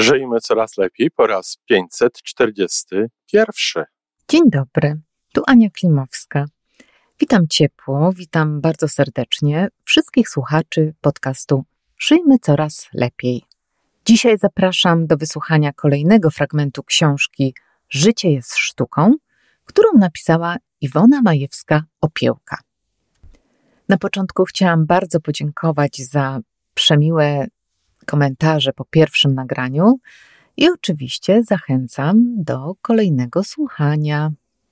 Żyjmy coraz lepiej po raz 541. Dzień dobry, tu Ania Klimowska. Witam ciepło, witam bardzo serdecznie wszystkich słuchaczy podcastu Żyjmy coraz lepiej. Dzisiaj zapraszam do wysłuchania kolejnego fragmentu książki Życie jest sztuką, którą napisała Iwona Majewska-Opiełka. Na początku chciałam bardzo podziękować za przemiłe komentarze po pierwszym nagraniu i oczywiście zachęcam do kolejnego słuchania.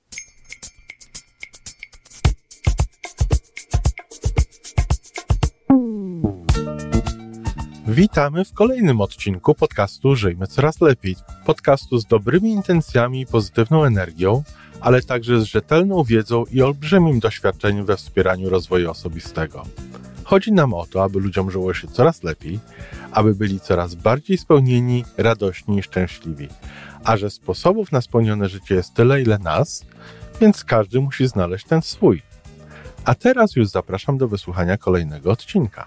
Witamy w kolejnym odcinku podcastu Żyjmy coraz lepiej. Podcastu z dobrymi intencjami i pozytywną energią, ale także z rzetelną wiedzą i olbrzymim doświadczeniem we wspieraniu rozwoju osobistego. Chodzi nam o to, aby ludziom żyło się coraz lepiej, aby byli coraz bardziej spełnieni, radośni i szczęśliwi. A że sposobów na spełnione życie jest tyle, ile nas, więc każdy musi znaleźć ten swój. A teraz już zapraszam do wysłuchania kolejnego odcinka.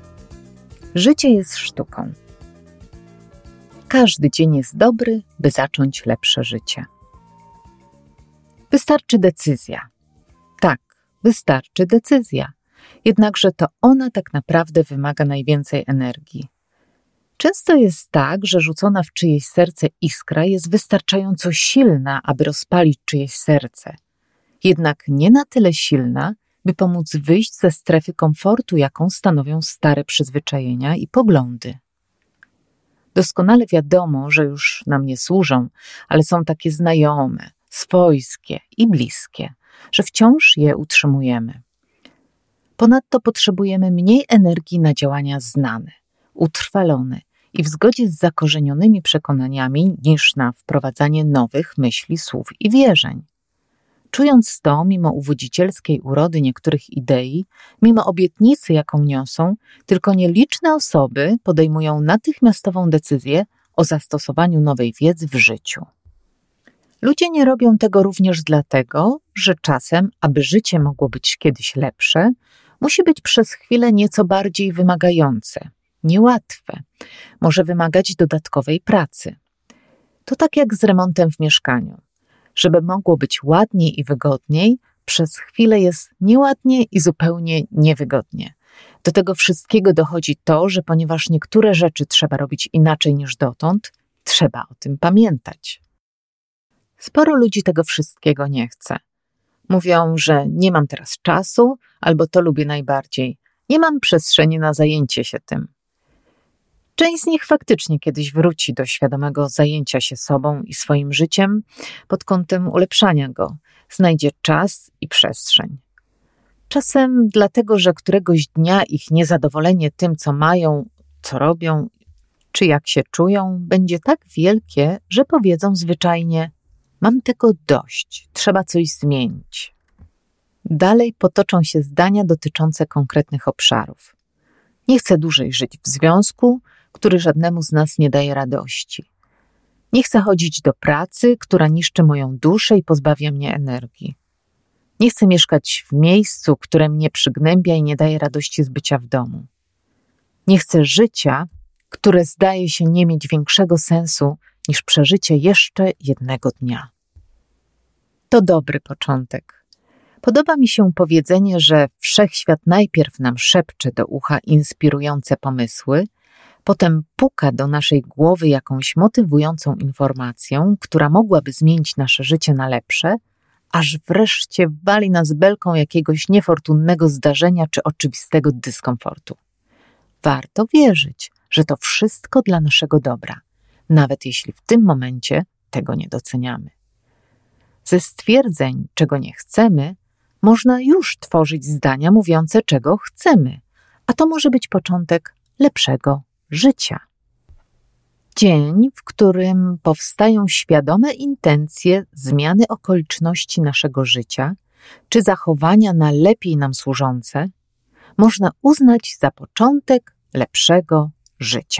Życie jest sztuką. Każdy dzień jest dobry, by zacząć lepsze życie. Wystarczy decyzja. Tak, wystarczy decyzja. Jednakże to ona tak naprawdę wymaga najwięcej energii. Często jest tak, że rzucona w czyjeś serce iskra jest wystarczająco silna, aby rozpalić czyjeś serce. Jednak nie na tyle silna, by pomóc wyjść ze strefy komfortu, jaką stanowią stare przyzwyczajenia i poglądy. Doskonale wiadomo, że już nam nie służą, ale są takie znajome, swojskie i bliskie, że wciąż je utrzymujemy. Ponadto potrzebujemy mniej energii na działania znane, utrwalone i w zgodzie z zakorzenionymi przekonaniami niż na wprowadzanie nowych myśli, słów i wierzeń. Czując to, mimo uwodzicielskiej urody niektórych idei, mimo obietnicy, jaką niosą, tylko nieliczne osoby podejmują natychmiastową decyzję o zastosowaniu nowej wiedzy w życiu. Ludzie nie robią tego również dlatego, że czasem, aby życie mogło być kiedyś lepsze, musi być przez chwilę nieco bardziej wymagające, niełatwe, może wymagać dodatkowej pracy. To tak jak z remontem w mieszkaniu. Żeby mogło być ładniej i wygodniej, przez chwilę jest nieładnie i zupełnie niewygodnie. Do tego wszystkiego dochodzi to, że ponieważ niektóre rzeczy trzeba robić inaczej niż dotąd, trzeba o tym pamiętać. Sporo ludzi tego wszystkiego nie chce. Mówią, że nie mam teraz czasu, albo to lubię najbardziej. Nie mam przestrzeni na zajęcie się tym. Część z nich faktycznie kiedyś wróci do świadomego zajęcia się sobą i swoim życiem pod kątem ulepszania go. Znajdzie czas i przestrzeń. Czasem dlatego, że któregoś dnia ich niezadowolenie tym, co mają, co robią, czy jak się czują, będzie tak wielkie, że powiedzą zwyczajnie: mam tego dość, trzeba coś zmienić. Dalej potoczą się zdania dotyczące konkretnych obszarów. Nie chcę dłużej żyć w związku, który żadnemu z nas nie daje radości. Nie chcę chodzić do pracy, która niszczy moją duszę i pozbawia mnie energii. Nie chcę mieszkać w miejscu, które mnie przygnębia i nie daje radości z bycia w domu. Nie chcę życia, które zdaje się nie mieć większego sensu niż przeżycie jeszcze jednego dnia. To dobry początek. Podoba mi się powiedzenie, że wszechświat najpierw nam szepcze do ucha inspirujące pomysły, potem puka do naszej głowy jakąś motywującą informacją, która mogłaby zmienić nasze życie na lepsze, aż wreszcie wali nas belką jakiegoś niefortunnego zdarzenia czy oczywistego dyskomfortu. Warto wierzyć, że to wszystko dla naszego dobra, nawet jeśli w tym momencie tego nie doceniamy. Ze stwierdzeń, czego nie chcemy, można już tworzyć zdania mówiące, czego chcemy, a to może być początek lepszego życia. Dzień, w którym powstają świadome intencje zmiany okoliczności naszego życia czy zachowania na lepiej nam służące, można uznać za początek lepszego życia.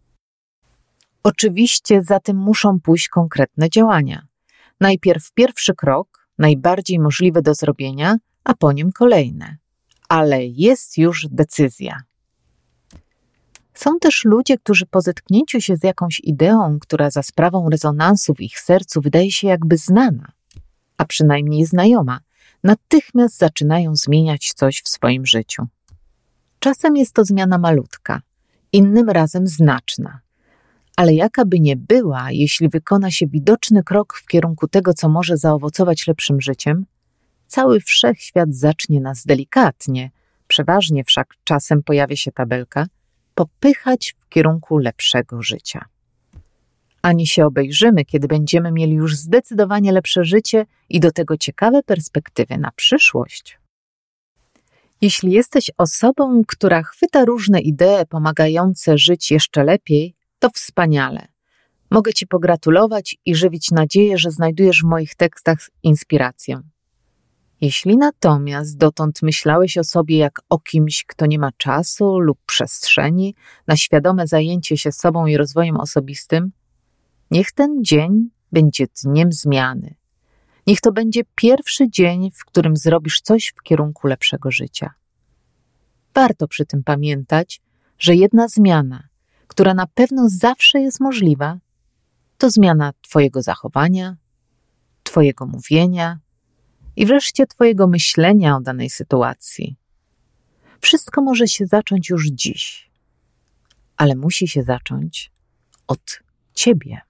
Oczywiście za tym muszą pójść konkretne działania. Najpierw pierwszy krok, najbardziej możliwy do zrobienia, a po nim kolejne. Ale jest już decyzja. Są też ludzie, którzy po zetknięciu się z jakąś ideą, która za sprawą rezonansu w ich sercu wydaje się jakby znana, a przynajmniej znajoma, natychmiast zaczynają zmieniać coś w swoim życiu. Czasem jest to zmiana malutka, innym razem znaczna, ale jaka by nie była, jeśli wykona się widoczny krok w kierunku tego, co może zaowocować lepszym życiem, cały wszechświat zacznie nas delikatnie, przeważnie wszak czasem pojawia się tabelka, popychać w kierunku lepszego życia. Ani się obejrzymy, kiedy będziemy mieli już zdecydowanie lepsze życie i do tego ciekawe perspektywy na przyszłość. Jeśli jesteś osobą, która chwyta różne idee pomagające żyć jeszcze lepiej, to wspaniale. Mogę Ci pogratulować i żywić nadzieję, że znajdujesz w moich tekstach inspirację. Jeśli natomiast dotąd myślałeś o sobie jak o kimś, kto nie ma czasu lub przestrzeni na świadome zajęcie się sobą i rozwojem osobistym, niech ten dzień będzie dniem zmiany. Niech to będzie pierwszy dzień, w którym zrobisz coś w kierunku lepszego życia. Warto przy tym pamiętać, że jedna zmiana, która na pewno zawsze jest możliwa, to zmiana Twojego zachowania, Twojego mówienia i wreszcie Twojego myślenia o danej sytuacji. Wszystko może się zacząć już dziś, ale musi się zacząć od Ciebie.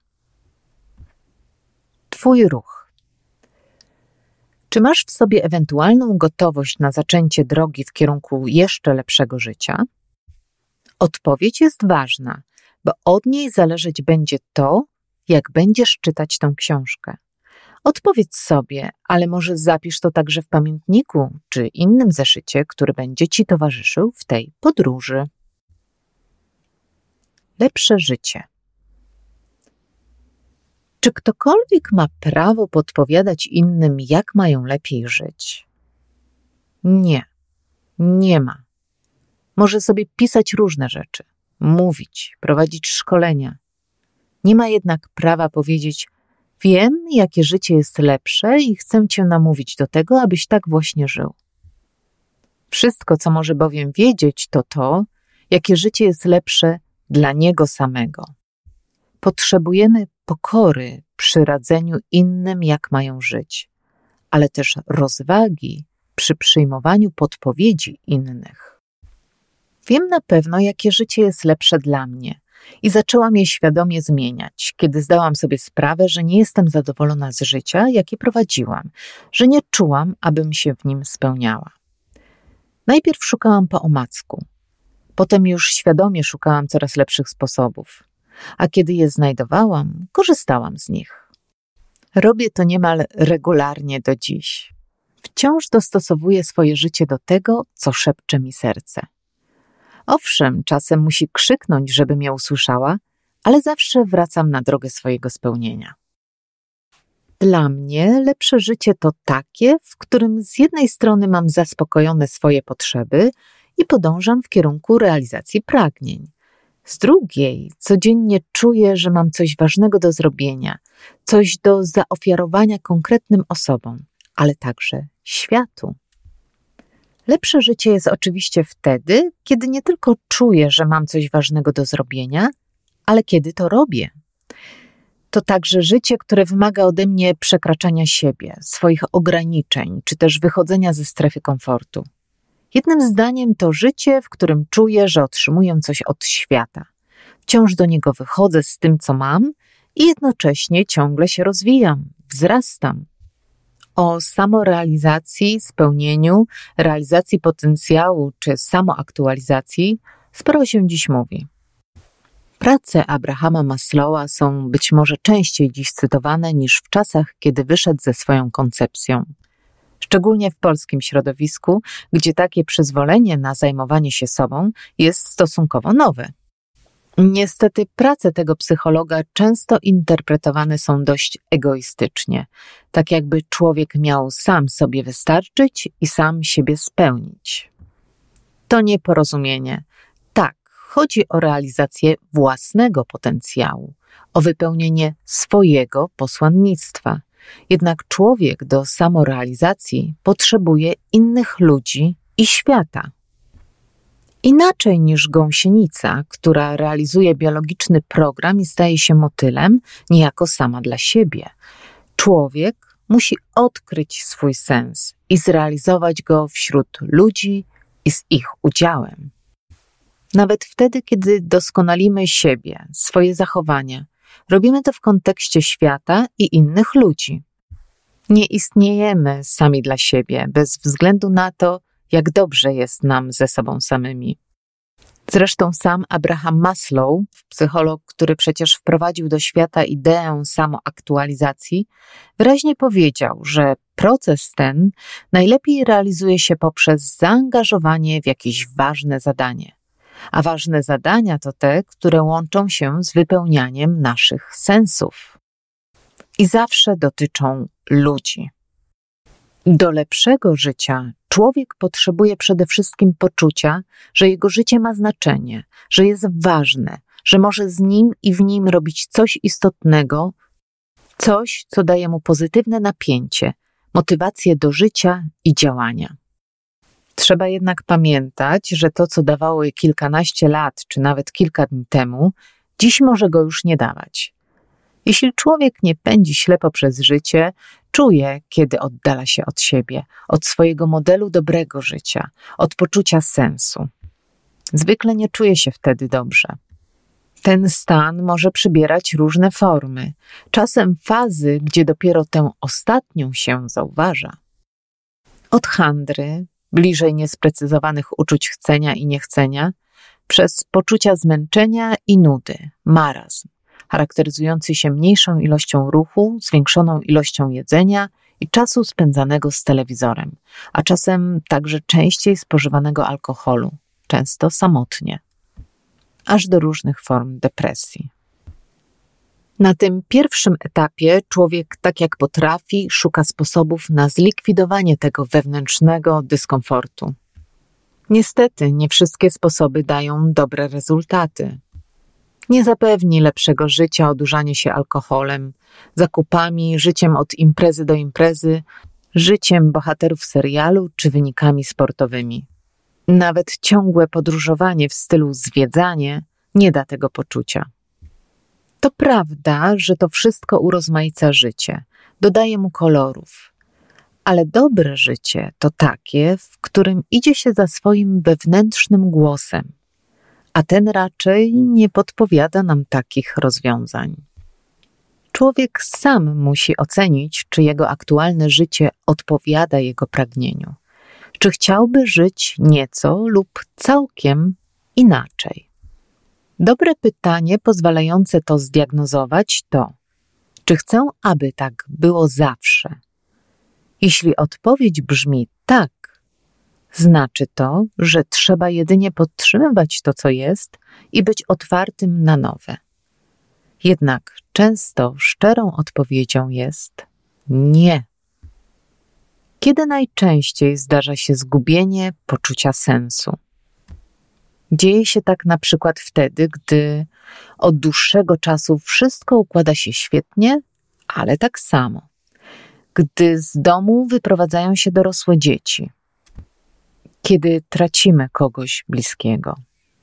Twój ruch. Czy masz w sobie ewentualną gotowość na zaczęcie drogi w kierunku jeszcze lepszego życia? Odpowiedź jest ważna, bo od niej zależeć będzie to, jak będziesz czytać tę książkę. Odpowiedz sobie, ale może zapisz to także w pamiętniku czy innym zeszycie, który będzie Ci towarzyszył w tej podróży. Lepsze życie. Czy ktokolwiek ma prawo podpowiadać innym, jak mają lepiej żyć? Nie, nie ma. Może sobie pisać różne rzeczy, mówić, prowadzić szkolenia. Nie ma jednak prawa powiedzieć: wiem, jakie życie jest lepsze i chcę Cię namówić do tego, abyś tak właśnie żył. Wszystko, co może bowiem wiedzieć, to to, jakie życie jest lepsze dla niego samego. Potrzebujemy pokory przy radzeniu innym, jak mają żyć, ale też rozwagi przy przyjmowaniu podpowiedzi innych. Wiem na pewno, jakie życie jest lepsze dla mnie i zaczęłam je świadomie zmieniać, kiedy zdałam sobie sprawę, że nie jestem zadowolona z życia, jakie prowadziłam, że nie czułam, abym się w nim spełniała. Najpierw szukałam po omacku, potem już świadomie szukałam coraz lepszych sposobów, a kiedy je znajdowałam, korzystałam z nich. Robię to niemal regularnie do dziś. Wciąż dostosowuję swoje życie do tego, co szepcze mi serce. Owszem, czasem musi krzyknąć, żeby mnie usłyszała, ale zawsze wracam na drogę swojego spełnienia. Dla mnie lepsze życie to takie, w którym z jednej strony mam zaspokojone swoje potrzeby i podążam w kierunku realizacji pragnień. Z drugiej codziennie czuję, że mam coś ważnego do zrobienia, coś do zaofiarowania konkretnym osobom, ale także światu. Lepsze życie jest oczywiście wtedy, kiedy nie tylko czuję, że mam coś ważnego do zrobienia, ale kiedy to robię. To także życie, które wymaga ode mnie przekraczania siebie, swoich ograniczeń, czy też wychodzenia ze strefy komfortu. Jednym zdaniem to życie, w którym czuję, że otrzymuję coś od świata. Wciąż do niego wychodzę z tym, co mam i jednocześnie ciągle się rozwijam, wzrastam. O samorealizacji, spełnieniu, realizacji potencjału czy samoaktualizacji sporo się dziś mówi. Prace Abrahama Maslowa są być może częściej dziś cytowane niż w czasach, kiedy wyszedł ze swoją koncepcją. Szczególnie w polskim środowisku, gdzie takie przyzwolenie na zajmowanie się sobą jest stosunkowo nowe. Niestety prace tego psychologa często interpretowane są dość egoistycznie, tak jakby człowiek miał sam sobie wystarczyć i sam siebie spełnić. To nieporozumienie. Tak, chodzi o realizację własnego potencjału, o wypełnienie swojego posłannictwa. Jednak człowiek do samorealizacji potrzebuje innych ludzi i świata. Inaczej niż gąsienica, która realizuje biologiczny program i staje się motylem, niejako sama dla siebie. Człowiek musi odkryć swój sens i zrealizować go wśród ludzi i z ich udziałem. Nawet wtedy, kiedy doskonalimy siebie, swoje zachowania, robimy to w kontekście świata i innych ludzi. Nie istniejemy sami dla siebie, bez względu na to, jak dobrze jest nam ze sobą samymi. Zresztą sam Abraham Maslow, psycholog, który przecież wprowadził do świata ideę samoaktualizacji, wyraźnie powiedział, że proces ten najlepiej realizuje się poprzez zaangażowanie w jakieś ważne zadanie. A ważne zadania to te, które łączą się z wypełnianiem naszych sensów. I zawsze dotyczą ludzi. Do lepszego życia człowiek potrzebuje przede wszystkim poczucia, że jego życie ma znaczenie, że jest ważne, że może z nim i w nim robić coś istotnego, coś, co daje mu pozytywne napięcie, motywację do życia i działania. Trzeba jednak pamiętać, że to, co dawało je kilkanaście lat, czy nawet kilka dni temu, dziś może go już nie dawać. Jeśli człowiek nie pędzi ślepo przez życie, czuje, kiedy oddala się od siebie, od swojego modelu dobrego życia, od poczucia sensu. Zwykle nie czuje się wtedy dobrze. Ten stan może przybierać różne formy, czasem fazy, gdzie dopiero tę ostatnią się zauważa. Od handry, bliżej niesprecyzowanych uczuć chcenia i niechcenia, przez poczucia zmęczenia i nudy, marazm, charakteryzujący się mniejszą ilością ruchu, zwiększoną ilością jedzenia i czasu spędzanego z telewizorem, a czasem także częściej spożywanego alkoholu, często samotnie, aż do różnych form depresji. Na tym pierwszym etapie człowiek tak jak potrafi szuka sposobów na zlikwidowanie tego wewnętrznego dyskomfortu. Niestety nie wszystkie sposoby dają dobre rezultaty. Nie zapewni lepszego życia odurzanie się alkoholem, zakupami, życiem od imprezy do imprezy, życiem bohaterów serialu czy wynikami sportowymi. Nawet ciągłe podróżowanie w stylu zwiedzanie nie da tego poczucia. To prawda, że to wszystko urozmaica życie, dodaje mu kolorów. Ale dobre życie to takie, w którym idzie się za swoim wewnętrznym głosem, a ten raczej nie podpowiada nam takich rozwiązań. Człowiek sam musi ocenić, czy jego aktualne życie odpowiada jego pragnieniu, czy chciałby żyć nieco lub całkiem inaczej. Dobre pytanie pozwalające to zdiagnozować to, czy chcę, aby tak było zawsze. Jeśli odpowiedź brzmi tak, znaczy to, że trzeba jedynie podtrzymywać to, co jest i być otwartym na nowe. Jednak często szczerą odpowiedzią jest nie. Kiedy najczęściej zdarza się zgubienie poczucia sensu? Dzieje się tak na przykład wtedy, gdy od dłuższego czasu wszystko układa się świetnie, ale tak samo. Gdy z domu wyprowadzają się dorosłe dzieci. Kiedy tracimy kogoś bliskiego.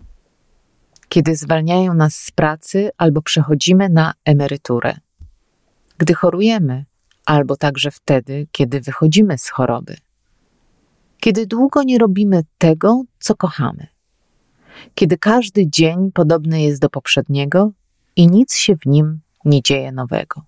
Kiedy zwalniają nas z pracy albo przechodzimy na emeryturę. Gdy chorujemy, albo także wtedy, kiedy wychodzimy z choroby. Kiedy długo nie robimy tego, co kochamy. Kiedy każdy dzień podobny jest do poprzedniego i nic się w nim nie dzieje nowego.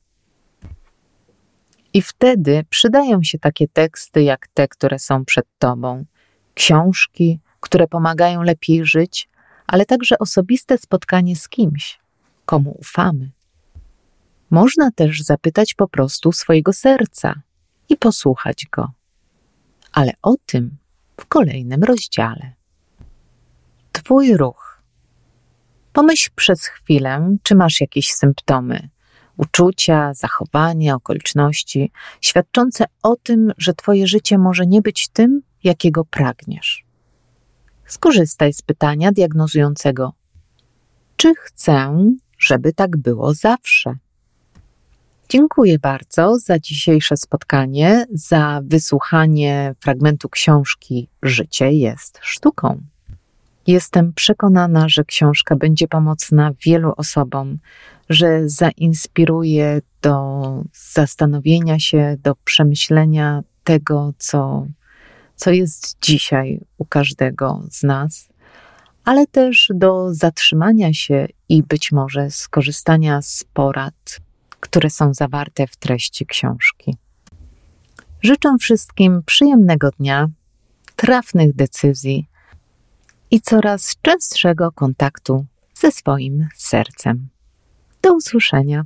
I wtedy przydają się takie teksty jak te, które są przed tobą, książki, które pomagają lepiej żyć, ale także osobiste spotkanie z kimś, komu ufamy. Można też zapytać po prostu swojego serca i posłuchać go. Ale o tym w kolejnym rozdziale. Twój ruch. Pomyśl przez chwilę, czy masz jakieś symptomy, uczucia, zachowania, okoliczności świadczące o tym, że twoje życie może nie być tym, jakiego pragniesz. Skorzystaj z pytania diagnozującego: czy chcę, żeby tak było zawsze? Dziękuję bardzo za dzisiejsze spotkanie, za wysłuchanie fragmentu książki Życie jest sztuką. Jestem przekonana, że książka będzie pomocna wielu osobom, że zainspiruje do zastanowienia się, do przemyślenia tego, co jest dzisiaj u każdego z nas, ale też do zatrzymania się i być może skorzystania z porad, które są zawarte w treści książki. Życzę wszystkim przyjemnego dnia, trafnych decyzji i coraz częstszego kontaktu ze swoim sercem. Do usłyszenia.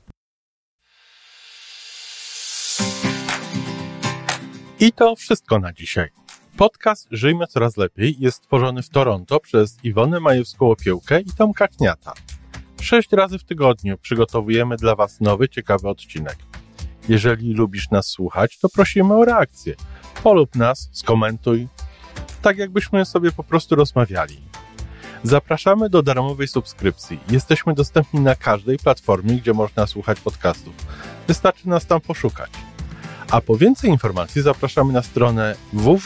I to wszystko na dzisiaj. Podcast Żyjmy Coraz Lepiej jest stworzony w Toronto przez Iwonę Majewską-Opiełkę i Tomka Kniata. 6 razy w tygodniu przygotowujemy dla Was nowy, ciekawy odcinek. Jeżeli lubisz nas słuchać, to prosimy o reakcję. Polub nas, skomentuj, tak jakbyśmy sobie po prostu rozmawiali. Zapraszamy do darmowej subskrypcji. Jesteśmy dostępni na każdej platformie, gdzie można słuchać podcastów. Wystarczy nas tam poszukać. A po więcej informacji zapraszamy na stronę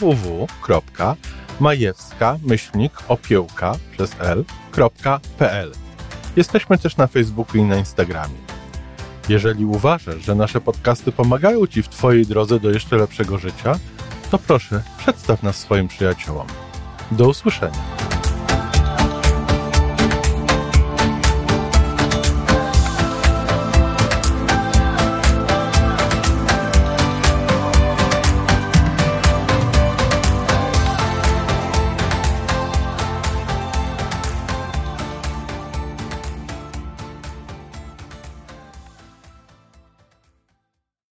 www.majewska-opiełka.pl. Jesteśmy też na Facebooku i na Instagramie. Jeżeli uważasz, że nasze podcasty pomagają Ci w Twojej drodze do jeszcze lepszego życia, to proszę, przedstaw nas swoim przyjaciołom. Do usłyszenia.